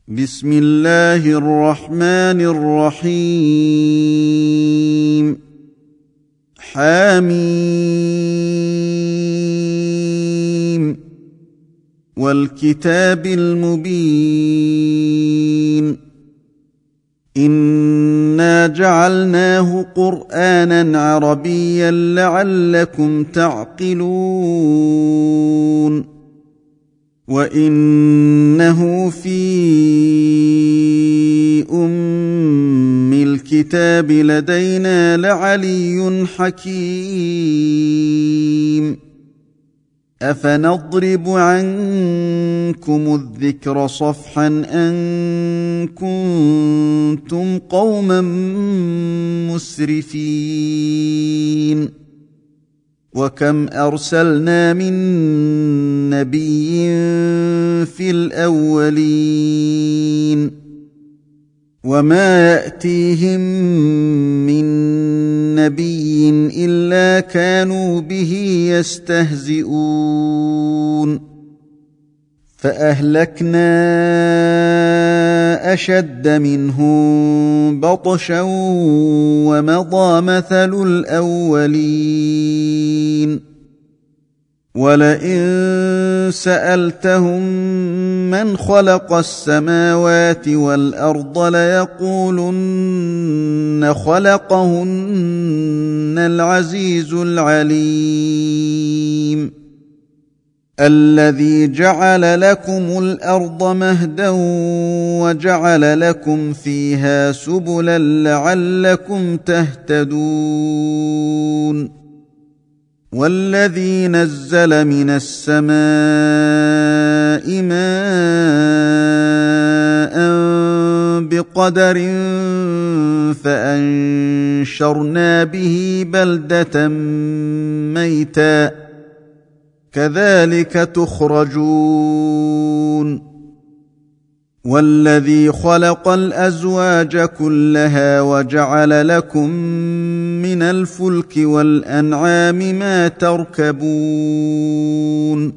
بسم الله الرحمن الرحيم. حميم والكتاب المبين إنا جعلناه قرآنا عربيا لعلكم تعقلون وإنه في أم الكتاب لدينا لعلي حكيم أفنضرب عنكم الذكر صفحا أن كنتم قوما مسرفين وكم أرسلنا من نبي في الأولين وما يأتيهم من نبي إلا كانوا به يستهزئون فأهلكنا أشد منهم بطشا ومضى مثل الأولين ولئن سألتهم من خلق السماوات والأرض ليقولن خلقهن العزيز العليم الذي جعل لكم الأرض مهدا وجعل لكم فيها سبلا لعلكم تهتدون والذي نزل من السماء ماء بقدر فأنشرنا به بلدة ميتا كذلك تخرجون والذي خلق الأزواج كلها وجعل لكم من الفلك والأنعام ما تركبون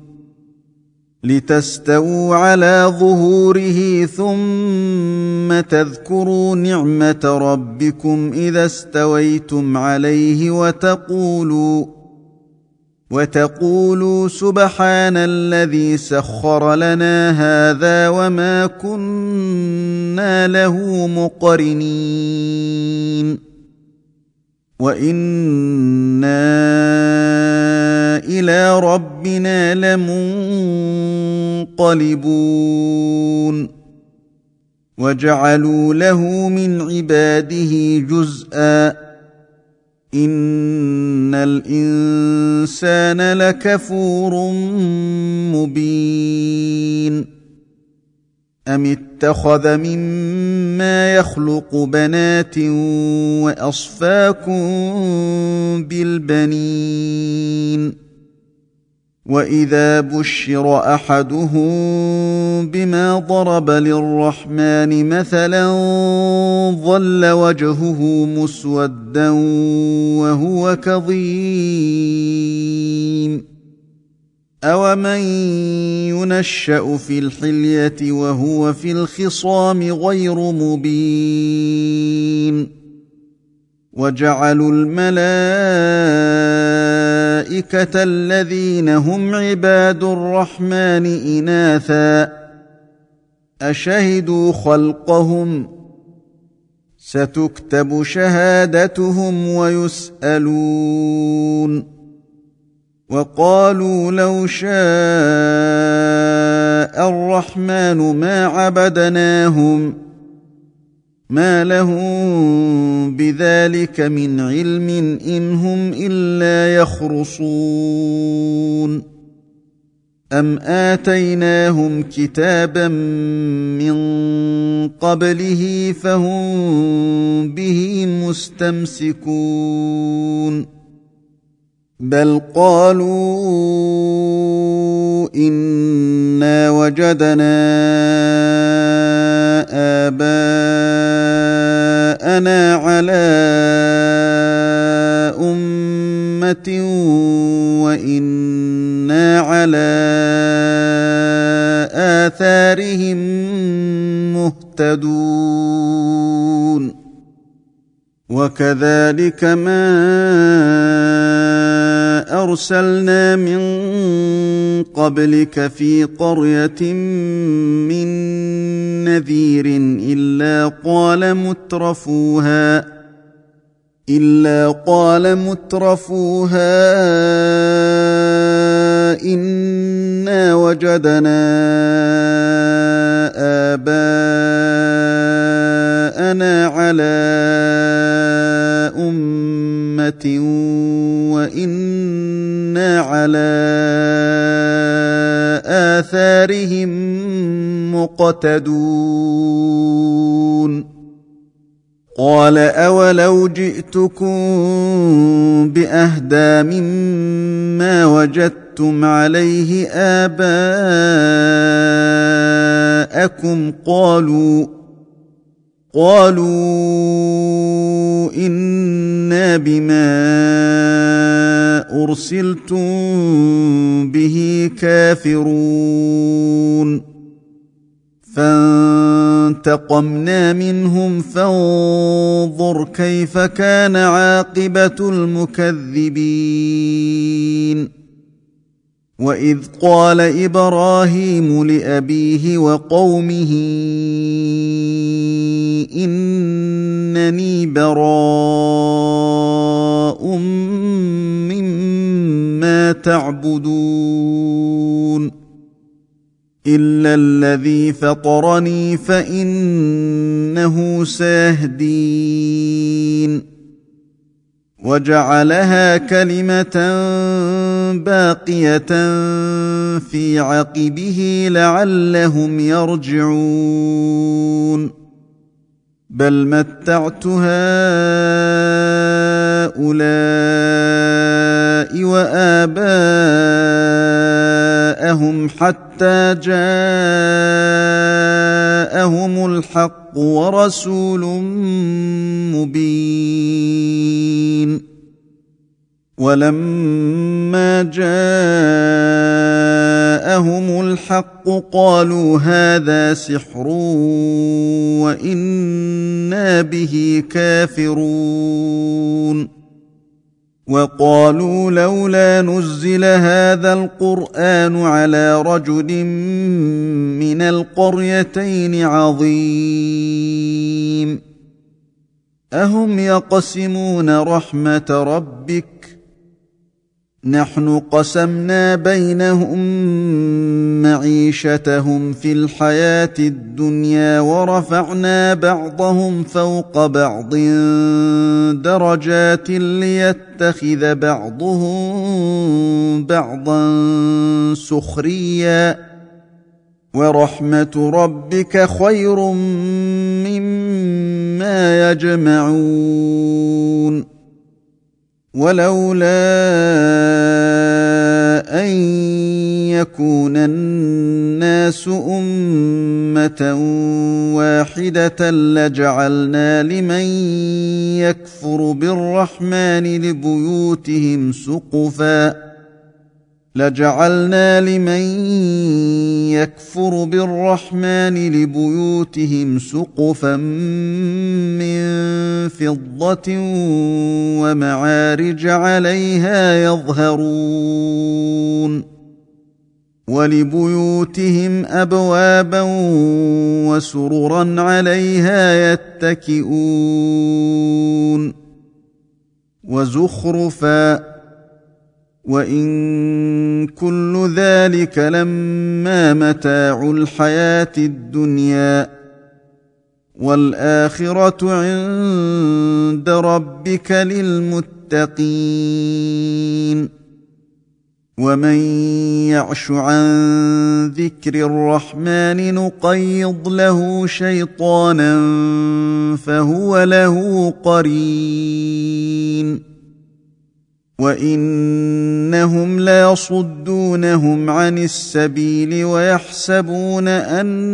لتستووا على ظهوره ثم تذكروا نعمة ربكم إذا استويتم عليه وتقولوا سبحان الذي سخر لنا هذا وما كنا له مقرنين وإنا إلى ربنا لمنقلبون وجعلوا له من عباده جزءا إن الإنسان لكفور مبين أم اتخذ مما يخلق بنات وأصفاكم بالبنين وإذا بشر أحدهم بما ضرب للرحمن مثلا ظل وجهه مسودا وهو كظيم أومن ينشأ في الحلية وهو في الخصام غير مبين وجعلوا الملائكة الذين هم عباد الرحمن إناثا أشهدوا خلقهم ستكتب شهادتهم ويسألون وقالوا لو شاء الرحمن ما عبدناهم ما لهم بذلك من علم إن هم إلا يخرصون أم آتيناهم كتابا من قبله فهم به مستمسكون بل قالوا إنا وجدنا آباءنا على أمة وإنا على آثارهم مهتدون وكذلك ما أرسلنا من قبلك في قرية من نذير إلا قال مترفوها إنا وجدنا آباءنا على أمة وإنا على آثارهم مقتدون قال أولو جئتكم بأهدى مما وجدتم عليه آباءكم قالوا إنا بما أرسلتم به كافرون فانتقمنا منهم فانظر كيف كان عاقبة المكذبين وإذ قال إبراهيم لأبيه وقومه إنني براء مما تعبدون إلا الذي فطرني فإنه سيهدين وجعلها كلمة باقية في عقبه لعلهم يرجعون بل متعت هؤلاء وآباءهم حتى جاءهم الحق ورسول مبين ولما جاءهم الحق قالوا هذا سحر وإنا به كافرون وقالوا لولا نزل هذا القرآن على رجل من القريتين عظيم أهم يقسمون رحمة ربك نحن قسمنا بينهم معيشتهم في الحياة الدنيا ورفعنا بعضهم فوق بعض درجات ليتخذ بعضهم بعضا سخريا ورحمة ربك خير مما يجمعون ولولا أن يكون الناس أمة واحدة لجعلنا لمن يكفر بالرحمن لبيوتهم سقفا من فضة ومعارج عليها يظهرون ولبيوتهم أبوابا وسررا عليها يتكئون وزخرفا وإن كل ذلك لما متاع الحياة الدنيا والآخرة عند ربك للمتقين ومن يعش عن ذكر الرحمن نقيض له شيطانا فهو له قرين وإنهم ليصدونهم عن السبيل ويحسبون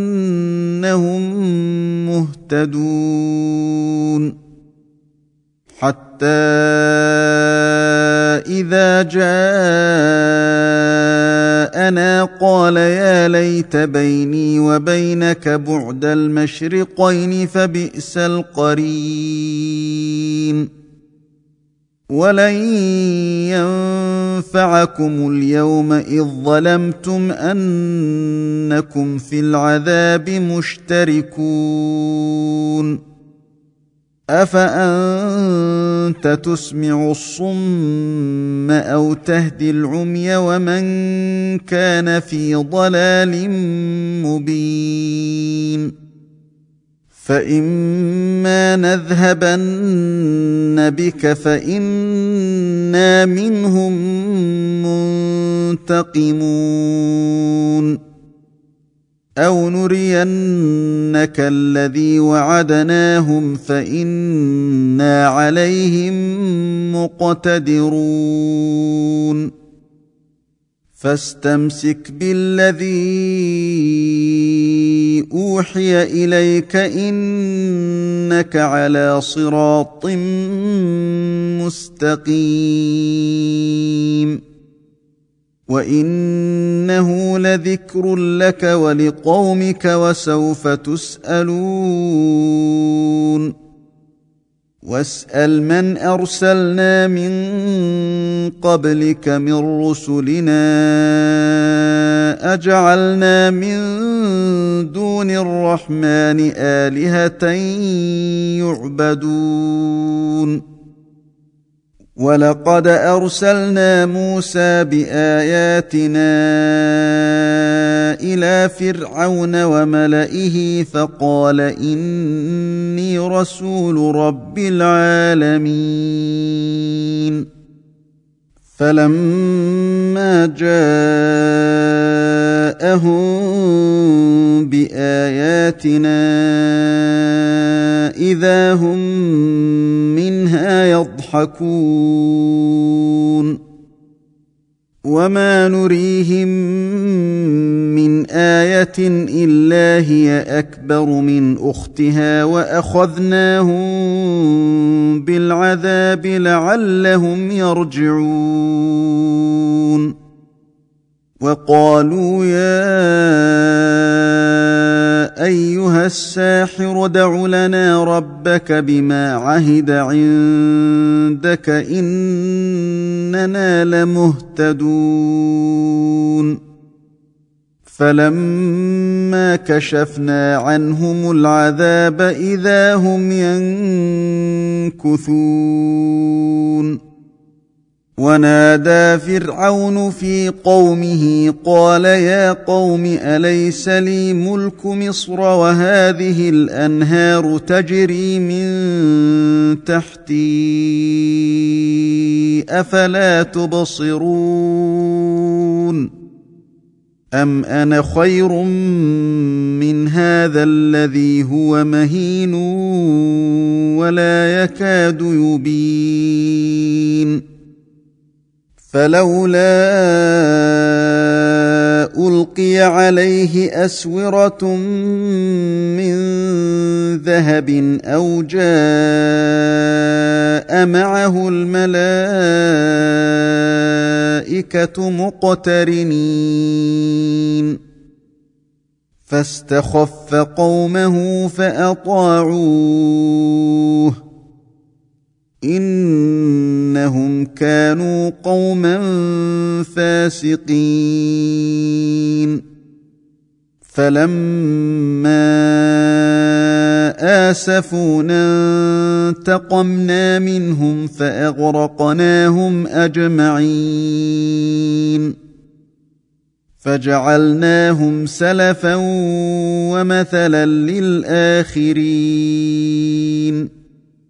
أنهم مهتدون حتى إذا جاءنا قال يا ليت بيني وبينك بعد المشرقين فبئس القرين ولن ينفعكم اليوم إذ ظلمتم أنكم في العذاب مشتركون أفأنت تسمع الصم أو تهدي العمي ومن كان في ضلال مبين فإما نذهبن بك فإنا منهم منتقمون أو نرينك الذي وعدناهم فإنا عليهم مقتدرون فاستمسك بالذي أوحي إليك إنك على صراط مستقيم وإنه لذكر لك ولقومك وسوف تسألون واسأل من أرسلنا من قبلك من رسلنا أجعلنا من دون الرحمن آلهة يعبدون ولقد أرسلنا موسى بآياتنا إلى فرعون وملئه فقال إني رسول رب العالمين فلما جاءهم بآياتنا إذا هم منها يضحكون وما نريهم من آية إلا هي أكبر من أختها وأخذناهم بالعذاب لعلهم يرجعون وقالوا يا أيها الساحر ادع لنا ربك بما عهد عندك إننا لمهتدون فلما كشفنا عنهم العذاب إذا هم ينكثون ونادى فرعون في قومه قال يا قوم أليس لي ملك مصر وهذه الأنهار تجري من تحتي أفلا تبصرون أم أنا خير من هذا الذي هو مهين ولا يكاد يبين فلولا ألقي عليه أسورة من ذهب أو جاء معه الملائكة مقترنين فاستخف قومه فأطاعوه إنهم كانوا قوما فاسقين فلما آسفونا انتقمنا منهم فأغرقناهم أجمعين فجعلناهم سلفا ومثلا للآخرين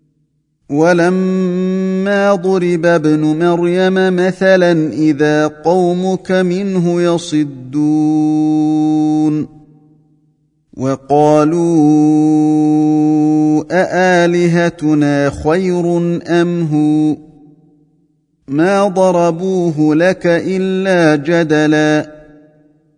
ولما ضرب ابن مريم مثلا إذا قومك منه يصدون وقالوا أآلهتنا خير أم هو ما ضربوه لك إلا جدلا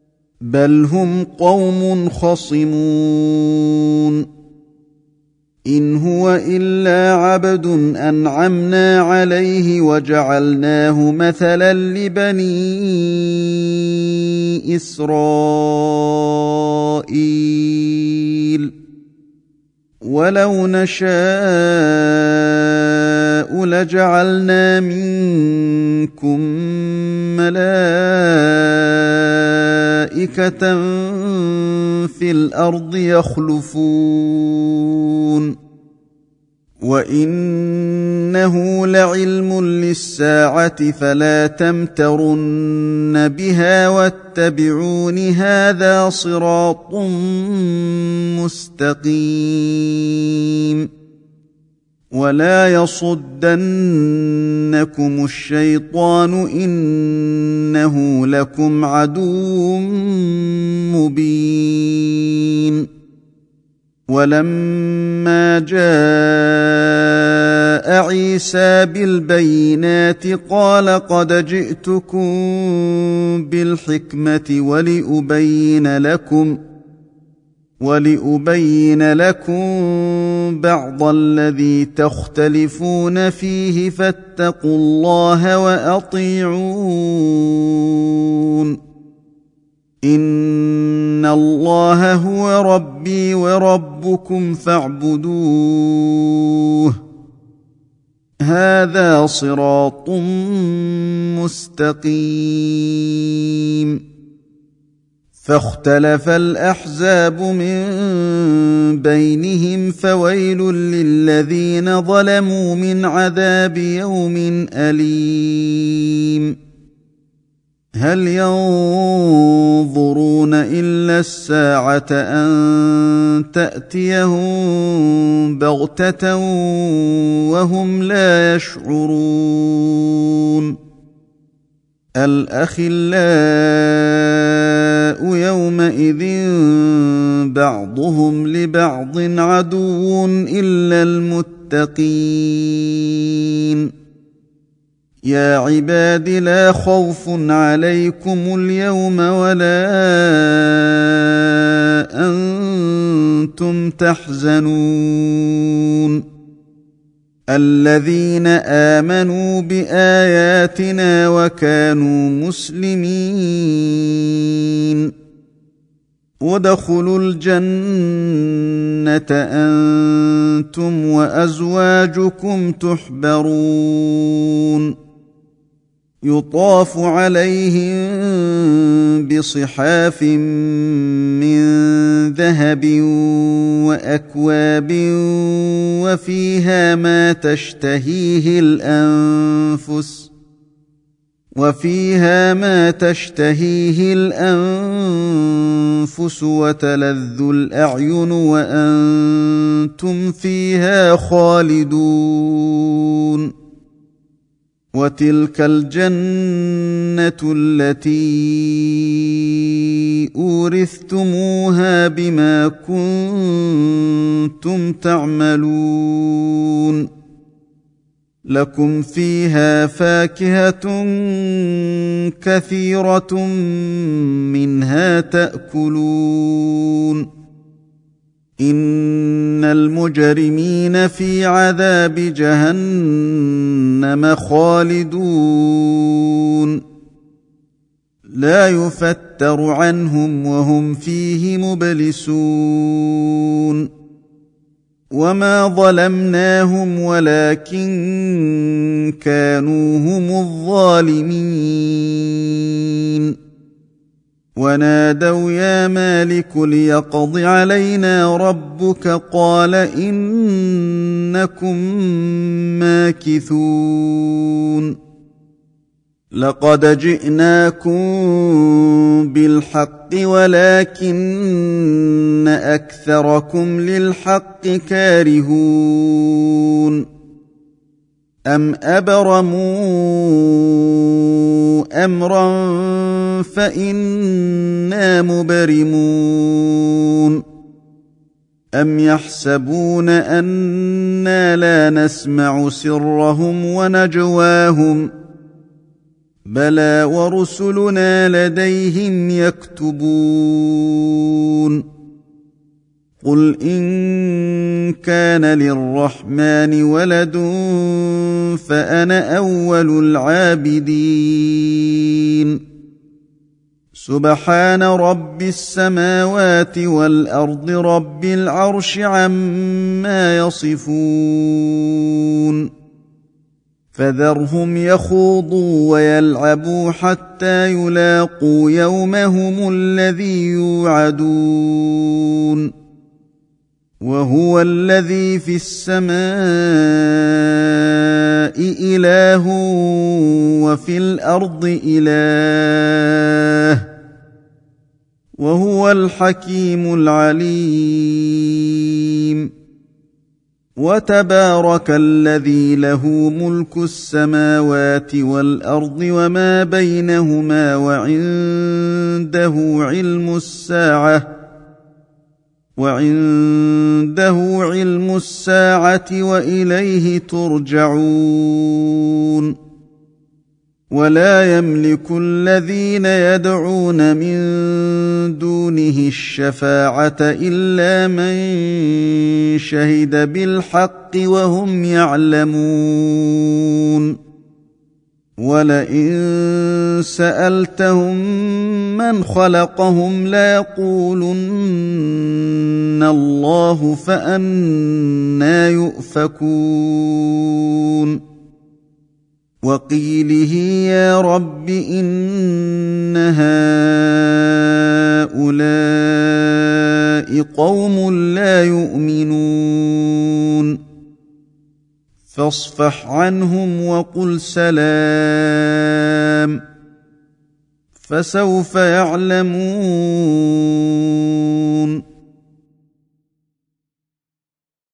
بل هم قوم خصمون إن هو إلا عبد أنعمنا عليه وجعلناه مثلا لبني إسرائيل ولو نشاء لجعلنا منكم ملائكة في الأرض يخلفون وإنه لعلم للساعة فلا تمترن بها واتبعون هذا صراط مستقيم ولا يصدنكم الشيطان إنه لكم عدو مبين ولما جاء عيسى بالبينات قال قد جئتكم بالحكمة ولأبين لكم بعض الذي تختلفون فيه فاتقوا الله وأطيعون إن الله هو ربي وربكم فاعبدوه هذا صراط مستقيم فاختلف الأحزاب من بينهم فويل للذين ظلموا من عذاب يوم أليم هل ينظرون إلا الساعة أن تأتيهم بغتة وهم لا يشعرون الأخلاء يومئذ بعضهم لبعض عدو إلا المتقين يا عباد لا خوف عليكم اليوم ولا أنتم تحزنون الذين آمنوا بآياتنا وكانوا مسلمين وادخلوا الجنة أنتم وأزواجكم تحبرون يطاف عليهم بصحاف من ذهب وأكواب وفيها ما تشتهيه الأنفس وتلذ الأعين وأنتم فيها خالدون وتلك الجنة التي أورثتموها بما كنتم تعملون لكم فيها فاكهة كثيرة منها تأكلون إن المجرمين في عذاب جهنم خالدون لا يفتر عنهم وهم فيه مبلسون وما ظلمناهم ولكن كانوا هم الظالمين ونادوا يا مالك ليقض علينا ربك قال إنكم ماكثون لقد جئناكم بالحق ولكن أكثركم للحق كارهون أم أبرموا أمرا فإنا مبرمون أم يحسبون أنا لا نسمع سرهم ونجواهم بلى ورسلنا لديهم يكتبون قل إن كان للرحمن ولد فأنا أول العابدين سبحان رب السماوات والأرض رب العرش عما يصفون فذرهم يخوضوا ويلعبوا حتى يلاقوا يومهم الذي يوعدون وهو الذي في السماء إله وفي الأرض إله وهو الحكيم العليم وتبارك الذي له ملك السماوات والأرض وما بينهما وعنده علم الساعة وإليه ترجعون ولا يملك الذين يدعون من دونه الشفاعة إلا من شهد بالحق وهم يعلمون ولئن سألتهم من خلقهم ليقولن الله فأنى يؤفكون وقيله يا رب إن هؤلاء قوم لا يؤمنون فاصفح عنهم وقل سلام فسوف يعلمون